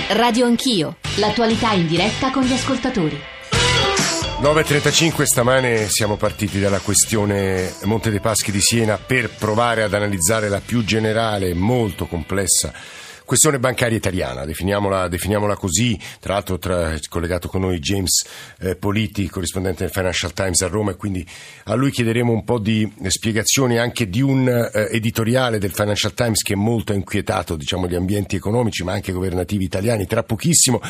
Radio Anch'io, l'attualità in diretta con gli ascoltatori. 9.35, stamane siamo partiti dalla questione Monte dei Paschi di Siena per provare ad analizzare la più generale, molto complessa questione bancaria italiana, definiamola così. Tra l'altro collegato con noi James Politi, corrispondente del Financial Times a Roma, e quindi a lui chiederemo un po' di spiegazioni anche di un editoriale del Financial Times che è molto inquietato, diciamo, gli ambienti economici ma anche governativi italiani. Tra pochissimo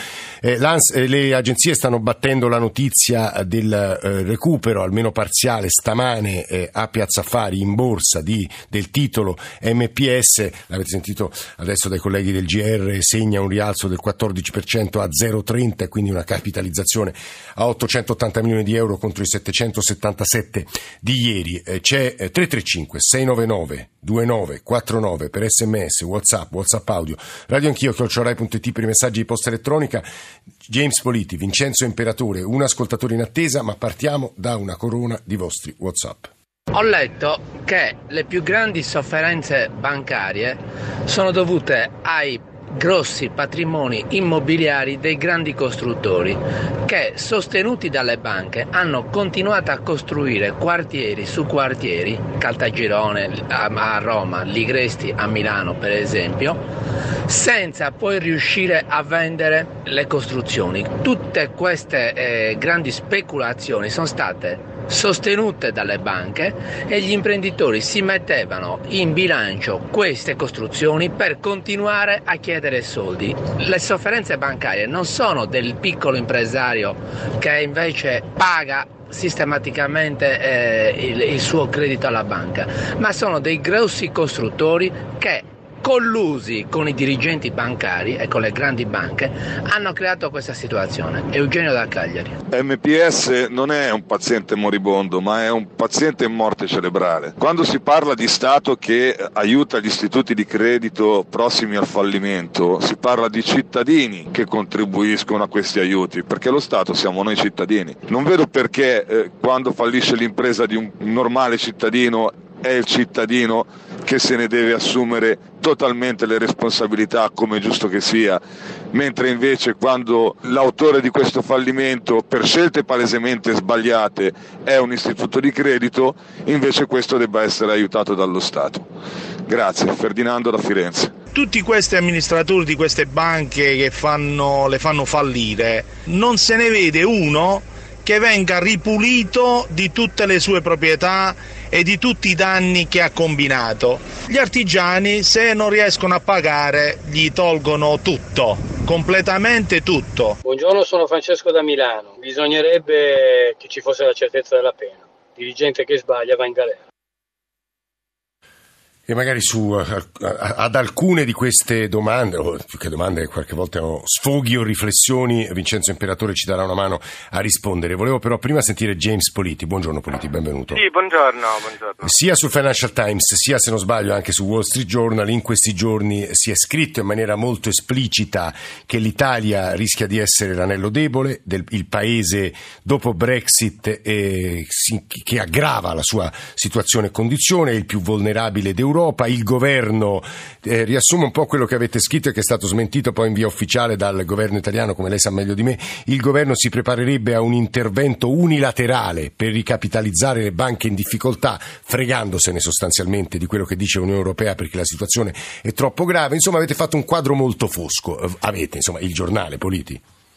le agenzie stanno battendo la notizia del recupero, almeno parziale, stamane a Piazza Affari in borsa del titolo MPS. L'avete sentito adesso dai colleghi del GR, segna un rialzo del 14% a 0,30 e quindi una capitalizzazione a 880 milioni di euro contro i 777 di ieri. C'è 335 699 2949 per SMS, WhatsApp audio, Radio Anch'io @rai.it per i messaggi di posta elettronica. James Politi, Vincenzo Imperatore, un ascoltatore in attesa, ma partiamo da una corona di vostri WhatsApp. Ho letto che le più grandi sofferenze bancarie sono dovute ai grossi patrimoni immobiliari dei grandi costruttori che, sostenuti dalle banche, hanno continuato a costruire quartieri su quartieri, Caltagirone a Roma, Ligresti a Milano per esempio, senza poi riuscire a vendere le costruzioni. Tutte queste grandi speculazioni sono state sostenute dalle banche e gli imprenditori si mettevano in bilancio queste costruzioni per continuare a chiedere soldi. Le sofferenze bancarie non sono del piccolo impresario che invece paga sistematicamente il suo credito alla banca, ma sono dei grossi costruttori che, collusi con i dirigenti bancari e con le grandi banche, hanno creato questa situazione. Eugenio da Cagliari. MPS non è un paziente moribondo, ma è un paziente in morte cerebrale. Quando si parla di Stato che aiuta gli istituti di credito prossimi al fallimento, si parla di cittadini che contribuiscono a questi aiuti, perché lo Stato siamo noi cittadini. Non vedo perché quando fallisce l'impresa di un normale cittadino è il cittadino che se ne deve assumere totalmente le responsabilità, come è giusto che sia, mentre invece quando l'autore di questo fallimento, per scelte palesemente sbagliate, è un istituto di credito, invece questo debba essere aiutato dallo Stato. Grazie. Ferdinando da Firenze. Tutti questi amministratori di queste banche che le fanno fallire, non se ne vede uno che venga ripulito di tutte le sue proprietà e di tutti i danni che ha combinato. Gli artigiani, se non riescono a pagare, gli tolgono tutto, completamente tutto. Buongiorno, sono Francesco da Milano. Bisognerebbe che ci fosse la certezza della pena. Il dirigente che sbaglia va in galera. E magari ad alcune di queste domande, o più che domande, qualche volta sfoghi o riflessioni, Vincenzo Imperatore ci darà una mano a rispondere. Volevo però prima sentire James Politi. Buongiorno Politi, benvenuto. Sì, buongiorno. Sia sul Financial Times, sia se non sbaglio anche su Wall Street Journal, in questi giorni si è scritto in maniera molto esplicita che l'Italia rischia di essere l'anello debole, il paese dopo Brexit che aggrava la sua situazione e condizione, è il più vulnerabile d'Europa. Il governo, riassumo un po' quello che avete scritto e che è stato smentito poi in via ufficiale dal governo italiano, come lei sa meglio di me. Il governo si preparerebbe a un intervento unilaterale per ricapitalizzare le banche in difficoltà, fregandosene sostanzialmente di quello che dice l'Unione Europea perché la situazione è troppo grave. Insomma, avete fatto un quadro molto fosco. Il giornale Politi.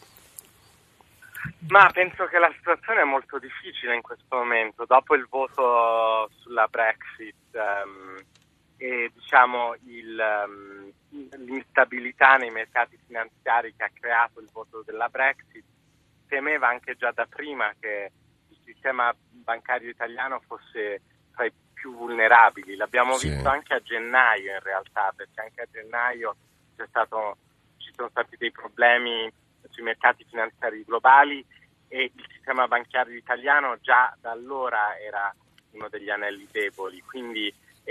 Ma penso che la situazione è molto difficile in questo momento, dopo il voto sulla Brexit e diciamo l'instabilità nei mercati finanziari che ha creato il voto della Brexit. Temeva anche già da prima che il sistema bancario italiano fosse tra i più vulnerabili. L'abbiamo visto anche a gennaio in realtà, perché anche a gennaio ci sono stati dei problemi sui mercati finanziari globali e il sistema bancario italiano già da allora era uno degli anelli deboli, quindi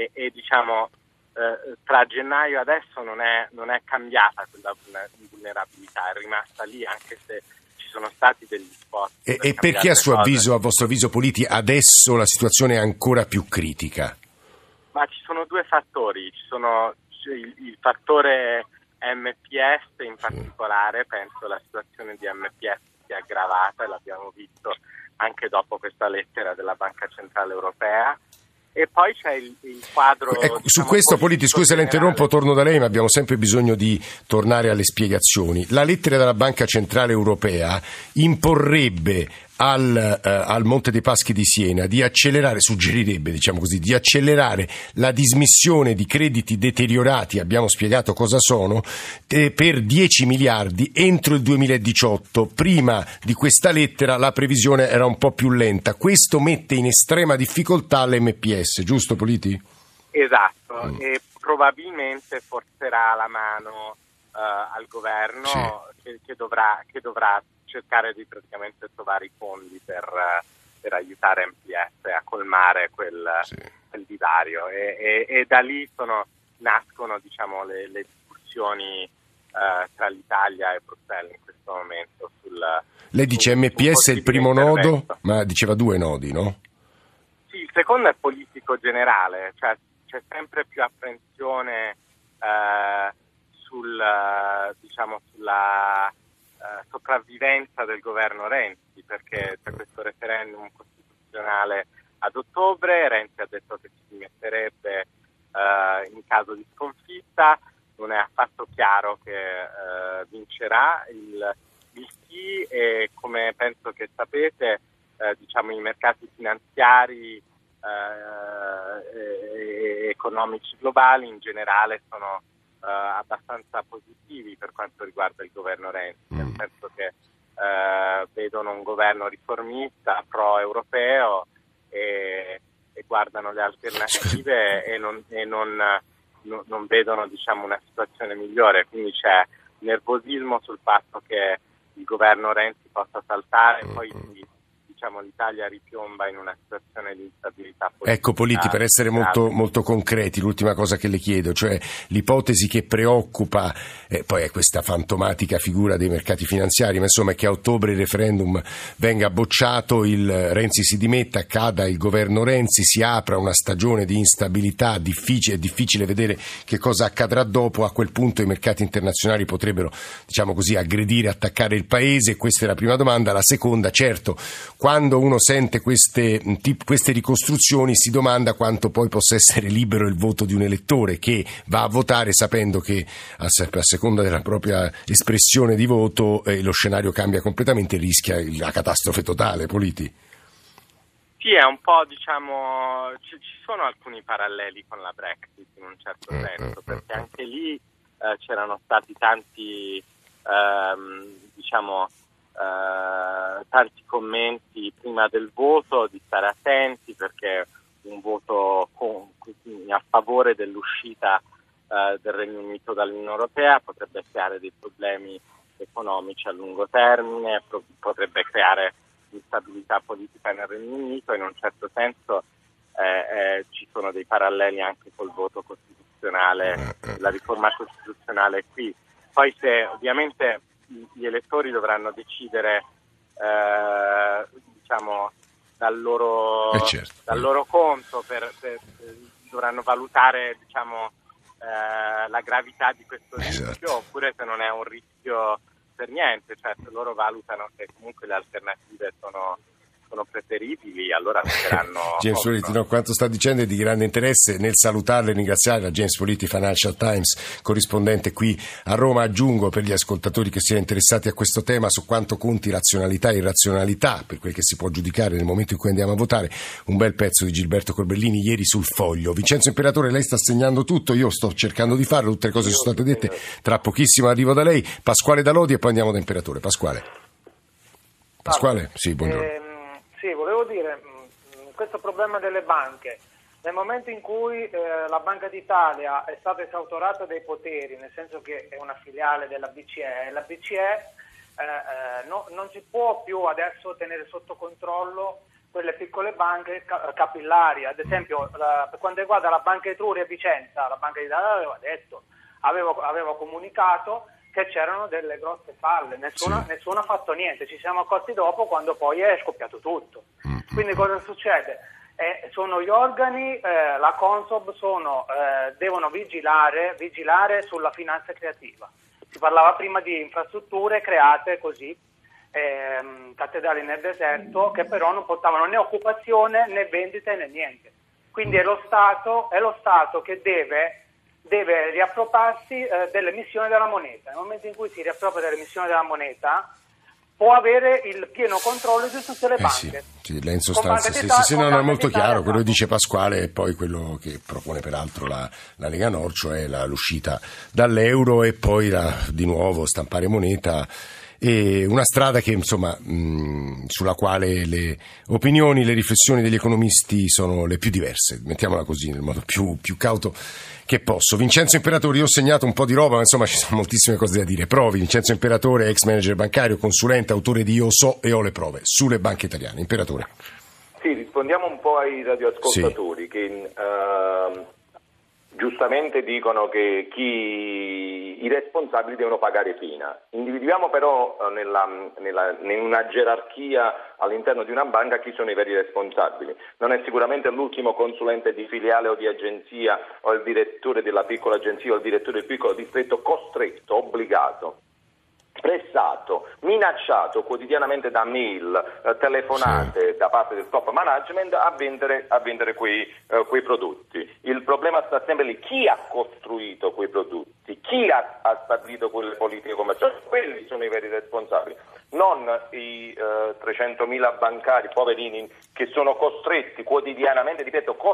tra gennaio e adesso non è cambiata quella vulnerabilità, è rimasta lì anche se ci sono stati degli sforzi. E perché a vostro avviso Politi, adesso la situazione è ancora più critica? Ma ci sono due fattori, il fattore MPS in particolare, penso la situazione di MPS sia aggravata, e l'abbiamo visto anche dopo questa lettera della Banca Centrale Europea. E poi c'è il quadro... su questo, Politi, scusa, la interrompo, torno da lei, ma abbiamo sempre bisogno di tornare alle spiegazioni. La lettera della Banca Centrale Europea imporrebbe al Monte dei Paschi di Siena di accelerare, suggerirebbe, diciamo così, di accelerare la dismissione di crediti deteriorati, abbiamo spiegato cosa sono, per 10 miliardi entro il 2018. Prima di questa lettera la previsione era un po' più lenta. Questo mette in estrema difficoltà l'MPS, giusto, Politi? Esatto, e probabilmente forzerà la mano al governo, sì, che dovrà cercare di praticamente trovare i fondi per aiutare MPS a colmare quel divario, e da lì nascono, diciamo, le discussioni tra l'Italia e Bruxelles in questo momento. Lei dice MPS è il primo nodo, ma diceva 2 nodi, no? Sì, il secondo è politico generale, cioè c'è sempre più apprensione sulla sopravvivenza del governo Renzi, perché c'è questo referendum costituzionale ad ottobre. Renzi ha detto che si dimetterebbe in caso di sconfitta. Non è affatto chiaro che vincerà il sì, e come penso che sapete, diciamo, i mercati finanziari e economici globali in generale sono abbastanza positivi per quanto riguarda il governo Renzi, nel senso che vedono un governo riformista, pro-europeo, e guardano le alternative e non vedono, diciamo, una situazione migliore. Quindi c'è nervosismo sul fatto che il governo Renzi possa saltare e poi l'Italia ripiomba in una situazione di instabilità politica. Ecco, Politi, per essere molto, molto concreti, l'ultima cosa che le chiedo, cioè l'ipotesi che preoccupa, poi è questa fantomatica figura dei mercati finanziari, ma insomma è che a ottobre il referendum venga bocciato, il Renzi si dimetta, cada il governo Renzi, si apra una stagione di instabilità, è difficile vedere che cosa accadrà dopo. A quel punto i mercati internazionali potrebbero, diciamo così, aggredire, attaccare il paese. Questa è la prima domanda. La seconda, certo, quando uno sente queste ricostruzioni si domanda quanto poi possa essere libero il voto di un elettore che va a votare sapendo che a seconda della propria espressione di voto lo scenario cambia completamente e rischia la catastrofe totale. Politi? Sì, è un po', diciamo, ci sono alcuni paralleli con la Brexit in un certo senso, perché anche lì c'erano stati tanti, tanti commenti prima del voto di stare attenti, perché un voto a favore dell'uscita del Regno Unito dall'Unione Europea potrebbe creare dei problemi economici a lungo termine, potrebbe creare instabilità politica nel Regno Unito. In un certo senso ci sono dei paralleli anche col voto costituzionale, la riforma costituzionale qui. Poi se ovviamente gli elettori dovranno decidere dal loro conto, dovranno valutare, diciamo, la gravità di questo rischio, oppure se non è un rischio per niente, cioè se loro valutano che comunque le alternative sono preferibili, allora voteranno. James Politi, quanto sta dicendo è di grande interesse. Nel salutarle e ringraziare la James Politi, Financial Times, corrispondente qui a Roma. Aggiungo, per gli ascoltatori che siano interessati a questo tema, su quanto conti razionalità e irrazionalità per quel che si può giudicare nel momento in cui andiamo a votare, un bel pezzo di Gilberto Corbellini ieri sul Foglio. Vincenzo Imperatore, lei sta segnando tutto, io sto cercando di farlo, tutte le cose sono state dette, tra pochissimo arrivo da lei. Pasquale Dalodi e poi andiamo da Imperatore. Pasquale? Sì, buongiorno. Sì, volevo dire, questo problema delle banche, nel momento in cui la Banca d'Italia è stata esautorata dei poteri, nel senso che è una filiale della BCE, la BCE non si può più adesso tenere sotto controllo quelle piccole banche capillari. Ad esempio, per quanto riguarda la Banca Etruria Vicenza, la Banca d'Italia aveva comunicato che c'erano delle grosse falle, nessuno ha fatto niente, ci siamo accorti dopo, quando poi è scoppiato tutto. Quindi cosa succede? Sono gli organi, la Consob devono vigilare sulla finanza creativa. Si parlava prima di infrastrutture create così, cattedrali nel deserto, che però non portavano né occupazione né vendite né niente. Quindi è lo Stato che deve riappropriarsi dell'emissione della moneta. Nel momento in cui si riappropria dell'emissione della moneta, può avere il pieno controllo di tutte le banche. Sì, in sostanza, se non è molto chiaro, quello che dice Pasquale è poi quello che propone peraltro la Lega Nord, cioè l'uscita dall'euro e poi di nuovo stampare moneta. E una strada che insomma sulla quale le opinioni, le riflessioni degli economisti sono le più diverse, mettiamola così nel modo più cauto che posso. Vincenzo Imperatore, io ho segnato un po' di roba, ma insomma ci sono moltissime cose da dire. Provi. Vincenzo Imperatore, ex manager bancario, consulente, autore di Io so e ho le prove sulle banche italiane. Imperatore. Sì, rispondiamo un po' ai radioascoltatori che giustamente dicono che i responsabili devono pagare pena. Individuiamo però in una gerarchia all'interno di una banca chi sono i veri responsabili. Non è sicuramente l'ultimo consulente di filiale o di agenzia o il direttore della piccola agenzia o il direttore del piccolo distretto costretto, obbligato, pressato, minacciato quotidianamente da mail, telefonate da parte del top management a vendere quei prodotti. Il problema sta sempre lì: chi ha costruito quei prodotti, chi ha stabilito quelle politiche commerciali, quelli sono i veri responsabili, non i 300.000 bancari poverini che sono costretti quotidianamente,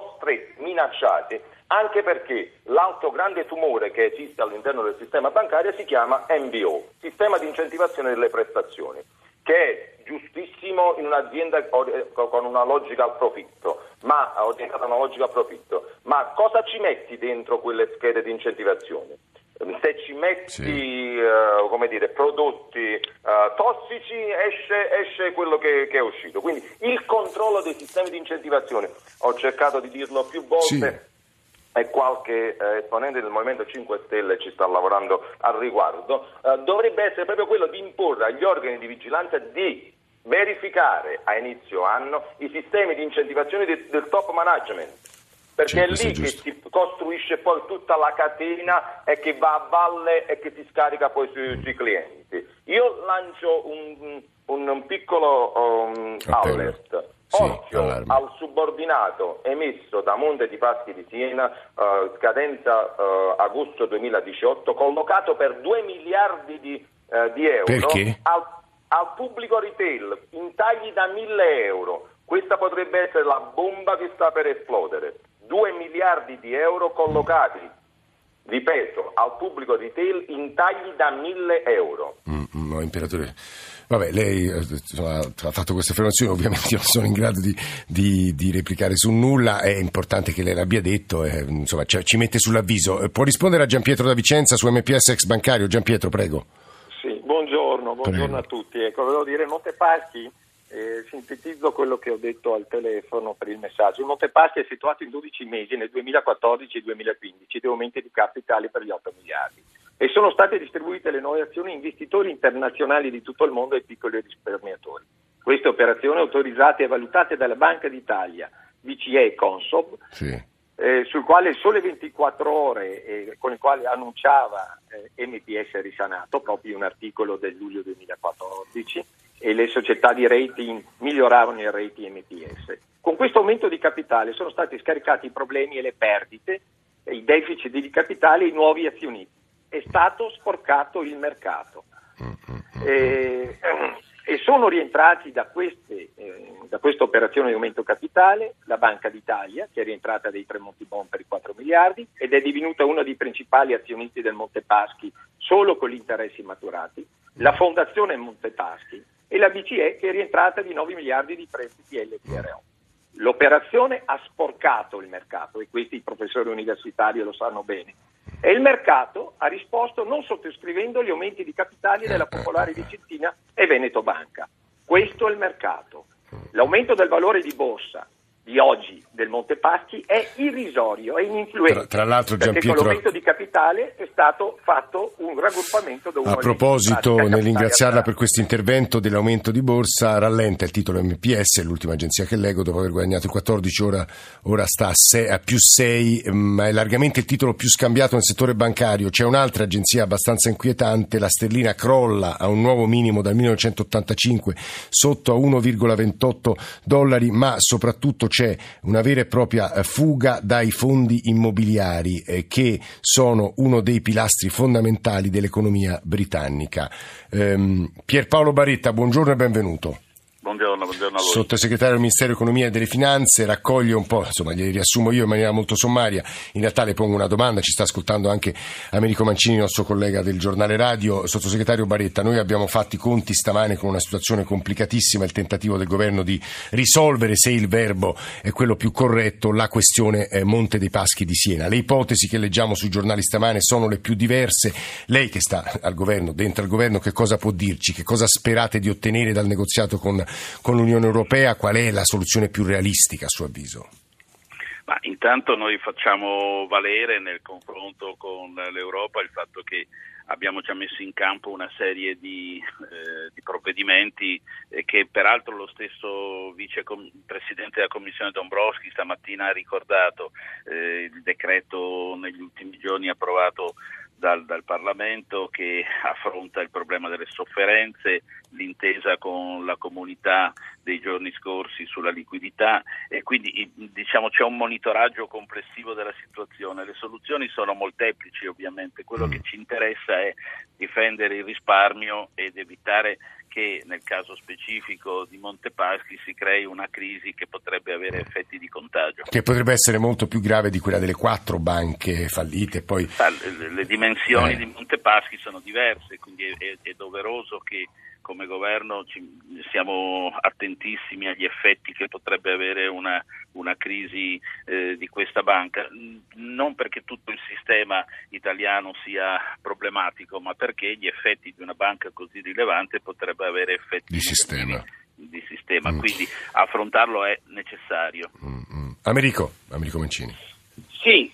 minacciati, anche perché l'altro grande tumore che esiste all'interno del sistema bancario si chiama MBO, sistema di incentivazione delle prestazioni, che è giustissimo in un'azienda con una logica al profitto, ma orientata a una logica al profitto. Ma cosa ci metti dentro quelle schede di incentivazione? Se ci metti prodotti tossici, esce quello che è uscito. Quindi il controllo dei sistemi di incentivazione, ho cercato di dirlo più volte, e qualche esponente del Movimento 5 Stelle ci sta lavorando al riguardo, dovrebbe essere proprio quello di imporre agli organi di vigilanza di verificare a inizio anno i sistemi di incentivazione del top management, perché è lì che si costruisce poi tutta la catena e che va a valle e che si scarica poi sui clienti. Io lancio un piccolo alert. Occhio al subordinato emesso da Monte dei Paschi di Siena, scadenza agosto 2018, collocato per 2 miliardi di euro al pubblico retail in tagli da 1.000 euro. Questa potrebbe essere la bomba che sta per esplodere. 2 miliardi di euro collocati, ripeto, al pubblico retail in tagli da 1.000 euro. No, Imperatore. Vabbè, lei ha fatto queste affermazioni, ovviamente io non sono in grado di replicare su nulla, è importante che lei l'abbia detto, insomma ci mette sull'avviso. Può rispondere a Gianpietro da Vicenza su MPS ex bancario? Gianpietro, prego. Sì, buongiorno a tutti. Ecco, volevo dire Montepaschi, sintetizzo quello che ho detto al telefono per il messaggio. Il Montepaschi è situato in 12 mesi nel 2014 e 2015 di aumenti di capitali per gli 8 miliardi. E sono state distribuite le nuove azioni a investitori internazionali di tutto il mondo e piccoli risparmiatori. Queste operazioni autorizzate e valutate dalla Banca d'Italia, BCE e Consob, sul quale Sole 24 Ore, con il quale annunciava MPS risanato, proprio un articolo del luglio 2014, e le società di rating miglioravano il rating MPS. Con questo aumento di capitale sono stati scaricati i problemi e le perdite, i deficit di capitale e i nuovi azionisti. È stato sporcato il mercato e sono rientrati da questa operazione di aumento capitale la Banca d'Italia, che è rientrata dai Tremonti Bond per i 4 miliardi ed è divenuta uno dei principali azionisti del Montepaschi solo con gli interessi maturati, la Fondazione Montepaschi e la BCE, che è rientrata di 9 miliardi di prestiti LTRO. L'operazione ha sporcato il mercato e questi i professori universitari lo sanno bene. E il mercato ha risposto non sottoscrivendo gli aumenti di capitali della Popolare Vicentina e Veneto Banca. Questo è il mercato. L'aumento del valore di borsa di oggi del Monte Paschi è irrisorio, è ininfluente. Tra l'altro, perché con l'aumento di capitale è stato fatto un raggruppamento a proposito, nel ringraziarla per questo intervento dell'aumento di borsa, rallenta il titolo MPS, l'ultima agenzia che leggo, dopo aver guadagnato il 14 ora sta a più 6, ma è largamente il titolo più scambiato nel settore bancario. C'è un'altra agenzia abbastanza inquietante, la sterlina crolla a un nuovo minimo dal 1985 sotto a $1,28, ma soprattutto c'è una vera e propria fuga dai fondi immobiliari che sono uno dei pilastri fondamentali dell'economia britannica. Pierpaolo Baretta, buongiorno e benvenuto. Buongiorno a voi. Sottosegretario del Ministero dell'Economia e delle Finanze, raccoglie un po', insomma, glieli riassumo io in maniera molto sommaria. In realtà le pongo una domanda, ci sta ascoltando anche Americo Mancini, nostro collega del giornale radio. Sottosegretario Baretta, noi abbiamo fatto i conti stamane con una situazione complicatissima, il tentativo del governo di risolvere, se il verbo è quello più corretto, la questione Monte dei Paschi di Siena. Le ipotesi che leggiamo sui giornali stamane sono le più diverse. Lei che sta al governo, dentro al governo, che cosa può dirci? Che cosa sperate di ottenere dal negoziato con l'Unione Europea? Qual è la soluzione più realistica a suo avviso? Ma intanto noi facciamo valere nel confronto con l'Europa il fatto che abbiamo già messo in campo una serie di provvedimenti che peraltro lo stesso vicepresidente della Commissione Dombrovskis stamattina ha ricordato, il decreto negli ultimi giorni approvato dal Parlamento che affronta il problema delle sofferenze, l'intesa con la comunità dei giorni scorsi sulla liquidità, e quindi diciamo c'è un monitoraggio complessivo della situazione. Le soluzioni sono molteplici ovviamente, quello che ci interessa è difendere il risparmio ed evitare che nel caso specifico di Monte Paschi si crei una crisi che potrebbe avere effetti di contagio. Che potrebbe essere molto più grave di quella delle 4 banche fallite. Poi le dimensioni di Monte Paschi sono diverse, quindi è doveroso che come governo siamo attentissimi agli effetti che potrebbe avere una crisi di questa banca, non perché tutto il sistema italiano sia problematico, ma perché gli effetti di una banca così rilevante potrebbe avere effetti di sistema. Quindi affrontarlo è necessario. Americo Mancini. Sì,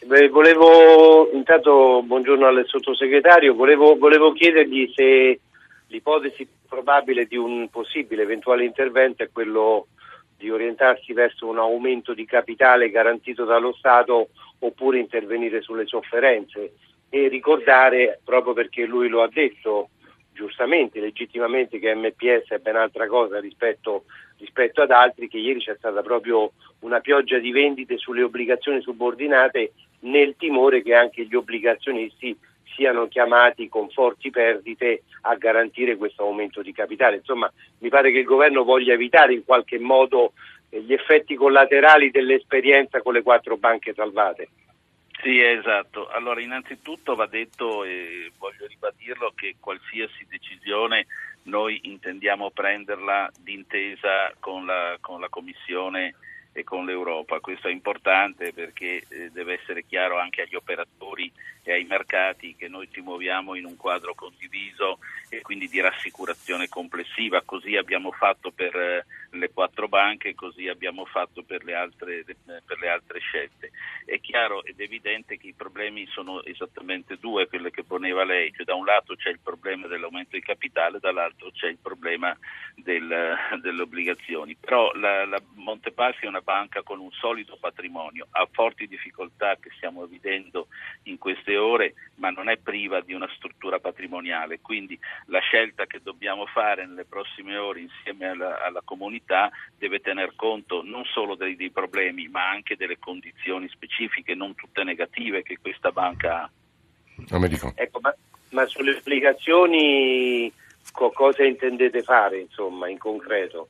volevo intanto buongiorno al sottosegretario, volevo chiedergli se l'ipotesi probabile di un possibile eventuale intervento è quello di orientarsi verso un aumento di capitale garantito dallo Stato oppure intervenire sulle sofferenze, e ricordare, proprio perché lui lo ha detto giustamente, legittimamente, che MPS è ben altra cosa rispetto ad altri, che ieri c'è stata proprio una pioggia di vendite sulle obbligazioni subordinate, nel timore che anche gli obbligazionisti siano chiamati con forti perdite a garantire questo aumento di capitale. Insomma, mi pare che il governo voglia evitare in qualche modo gli effetti collaterali dell'esperienza con le 4 banche salvate. Sì, esatto. Allora, innanzitutto va detto, e voglio ribadirlo, che qualsiasi decisione noi intendiamo prenderla d'intesa con la Commissione e con l'Europa. Questo è importante perché deve essere chiaro anche agli operatori e ai mercati che noi ci muoviamo in un quadro condiviso e quindi di rassicurazione complessiva. Così abbiamo fatto per le 4 banche, così abbiamo fatto per le altre scelte. È chiaro ed evidente che i problemi sono esattamente 2, quelle che poneva lei, cioè da un lato c'è il problema dell'aumento di capitale, dall'altro c'è il problema delle obbligazioni. Però la Monte Paschi è una banca con un solido patrimonio, ha forti difficoltà che stiamo vivendo in queste ore, ma non è priva di una struttura patrimoniale, quindi la scelta che dobbiamo fare nelle prossime ore insieme alla comunità deve tener conto non solo dei problemi, ma anche delle condizioni specifiche, non tutte negative, che questa banca ha. Ecco, ma sulle obbligazioni cosa intendete fare, insomma, in concreto?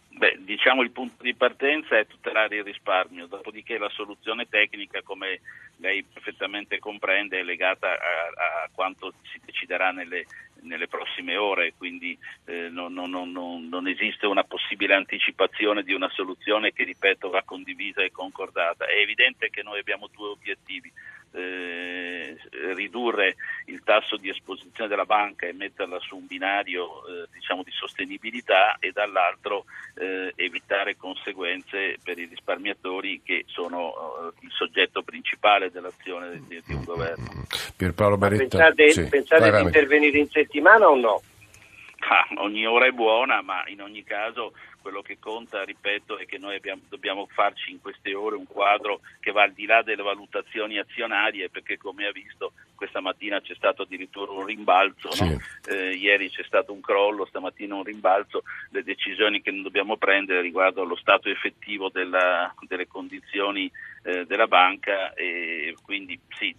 Diciamo il punto di partenza è tutelare il risparmio, dopodiché la soluzione tecnica, come lei perfettamente comprende, è legata a quanto si deciderà nelle prossime ore, quindi non esiste una possibile anticipazione di una soluzione che, ripeto, va condivisa e concordata. È evidente che noi abbiamo due obiettivi: ridurre il tasso di esposizione della banca e metterla su un binario di sostenibilità, e dall'altro evitare conseguenze per i risparmiatori, che sono il soggetto principale dell'azione di un governo. Pierpaolo Baretta, pensate di intervenire in settimana o no? Ogni ora è buona, ma in ogni caso quello che conta, ripeto, è che noi dobbiamo farci in queste ore un quadro che va al di là delle valutazioni azionarie, perché, come ha visto, questa mattina c'è stato addirittura un rimbalzo, no? Ieri c'è stato un crollo, stamattina un rimbalzo. Le decisioni che noi dobbiamo prendere riguardo allo stato effettivo delle condizioni della banca, e quindi sì,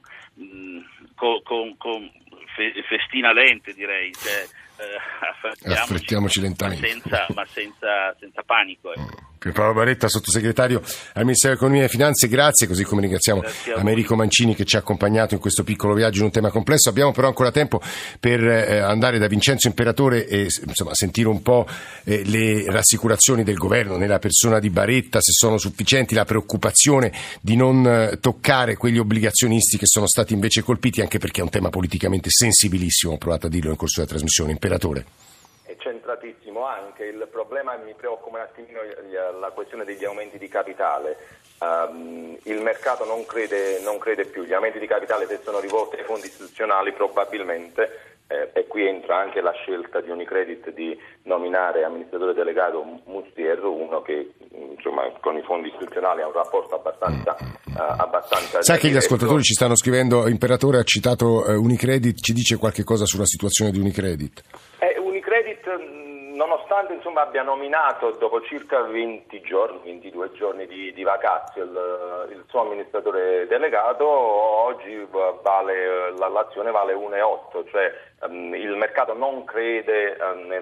con festina lente, direi, affrettiamoci lentamente, ma senza panico, ecco. Pierpaolo Baretta, sottosegretario al Ministero dell'Economia e Finanze, grazie, così come ringraziamo Americo Mancini che ci ha accompagnato in questo piccolo viaggio in un tema complesso. Abbiamo però ancora tempo per andare da Vincenzo Imperatore e sentire un po' le rassicurazioni del governo nella persona di Baretta, se sono sufficienti, la preoccupazione di non toccare quegli obbligazionisti che sono stati invece colpiti, anche perché è un tema politicamente sensibilissimo, ho provato a dirlo nel corso della trasmissione. Imperatore. È centratissimo anche. Il problema, mi preoccupa un attimino la questione degli aumenti di capitale. Il mercato non crede più. Gli aumenti di capitale, se sono rivolti ai fondi istituzionali, probabilmente, e qui entra anche la scelta di Unicredit di nominare amministratore delegato Mustier, uno che con i fondi istituzionali ha un rapporto abbastanza Sa che gli ascoltatori ci stanno scrivendo, Imperatore ha citato Unicredit, ci dice qualche cosa sulla situazione di Unicredit? Unicredit, nonostante abbia nominato dopo circa 22 giorni di vacazio il suo amministratore delegato, oggi l'azione vale 1,8, cioè il mercato non crede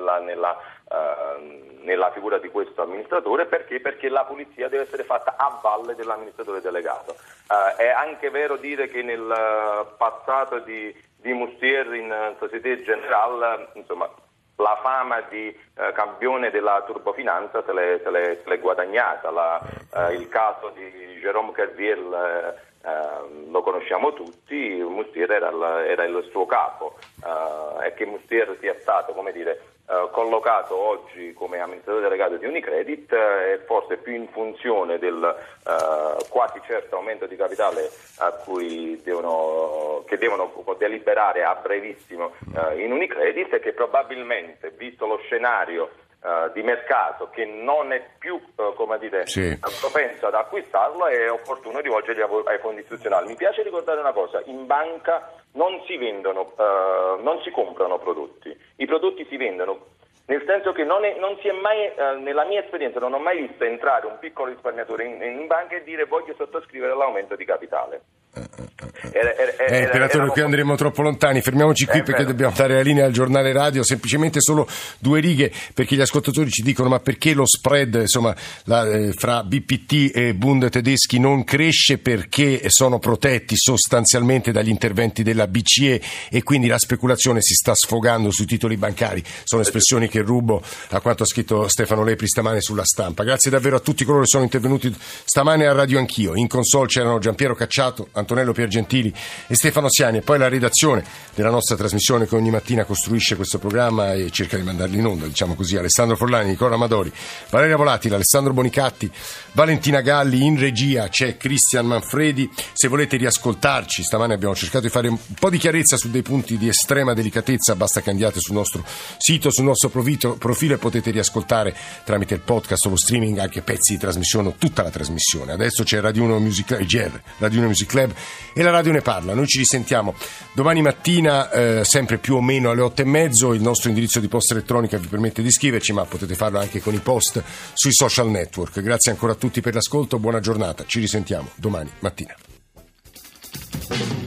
nella figura di questo amministratore. Perché la pulizia deve essere fatta a valle dell'amministratore delegato. È anche vero dire che nel passato di Mustier in Société Générale, la fama di campione della turbofinanza se l'è guadagnata. Il caso di Jérôme Kerviel lo conosciamo tutti, Mustier era il suo capo, e che Mustier sia stato, collocato oggi come amministratore delegato di Unicredit è forse più in funzione del quasi certo aumento di capitale che devono deliberare a brevissimo in Unicredit, e che probabilmente, visto lo scenario di mercato che non è più propenso ad acquistarlo, è opportuno rivolgerli ai fondi istituzionali. Mi piace ricordare una cosa: in banca non si comprano prodotti, i prodotti si vendono, nel senso che non si è mai, nella mia esperienza non ho mai visto entrare un piccolo risparmiatore in banca e dire voglio sottoscrivere l'aumento di capitale. Imperatore, qui andremo troppo lontani, fermiamoci qui perché dobbiamo dare la linea al giornale radio. Semplicemente solo 2 righe, perché gli ascoltatori ci dicono: ma perché lo spread fra BPT e Bund tedeschi non cresce? Perché sono protetti sostanzialmente dagli interventi della BCE e quindi la speculazione si sta sfogando sui titoli bancari. Sono espressioni che rubo a quanto ha scritto Stefano Lepri stamane sulla Stampa. Grazie davvero a tutti coloro che sono intervenuti stamane a Radio Anch'io. In console c'erano Giampiero Cacciato, Antonello Piergentili e Stefano Siani, e poi la redazione della nostra trasmissione che ogni mattina costruisce questo programma e cerca di mandarli in onda, così: Alessandro Forlani, Nicola Amadori, Valeria Volatile, Alessandro Bonicatti, Valentina Galli. In regia c'è Cristian Manfredi. Se volete riascoltarci, stamane abbiamo cercato di fare un po' di chiarezza su dei punti di estrema delicatezza, basta che andiate sul nostro sito, sul nostro profilo, e potete riascoltare tramite il podcast o lo streaming anche pezzi di trasmissione o tutta la trasmissione. Adesso c'è Radio 1 Music Club, IGR, Radio 1 Music Club, e la radio ne parla. Noi ci risentiamo domani mattina, sempre più o meno alle 8:30. Il nostro indirizzo di posta elettronica vi permette di scriverci, ma potete farlo anche con i post sui social network. Grazie ancora a tutti per l'ascolto, buona giornata, ci risentiamo domani mattina.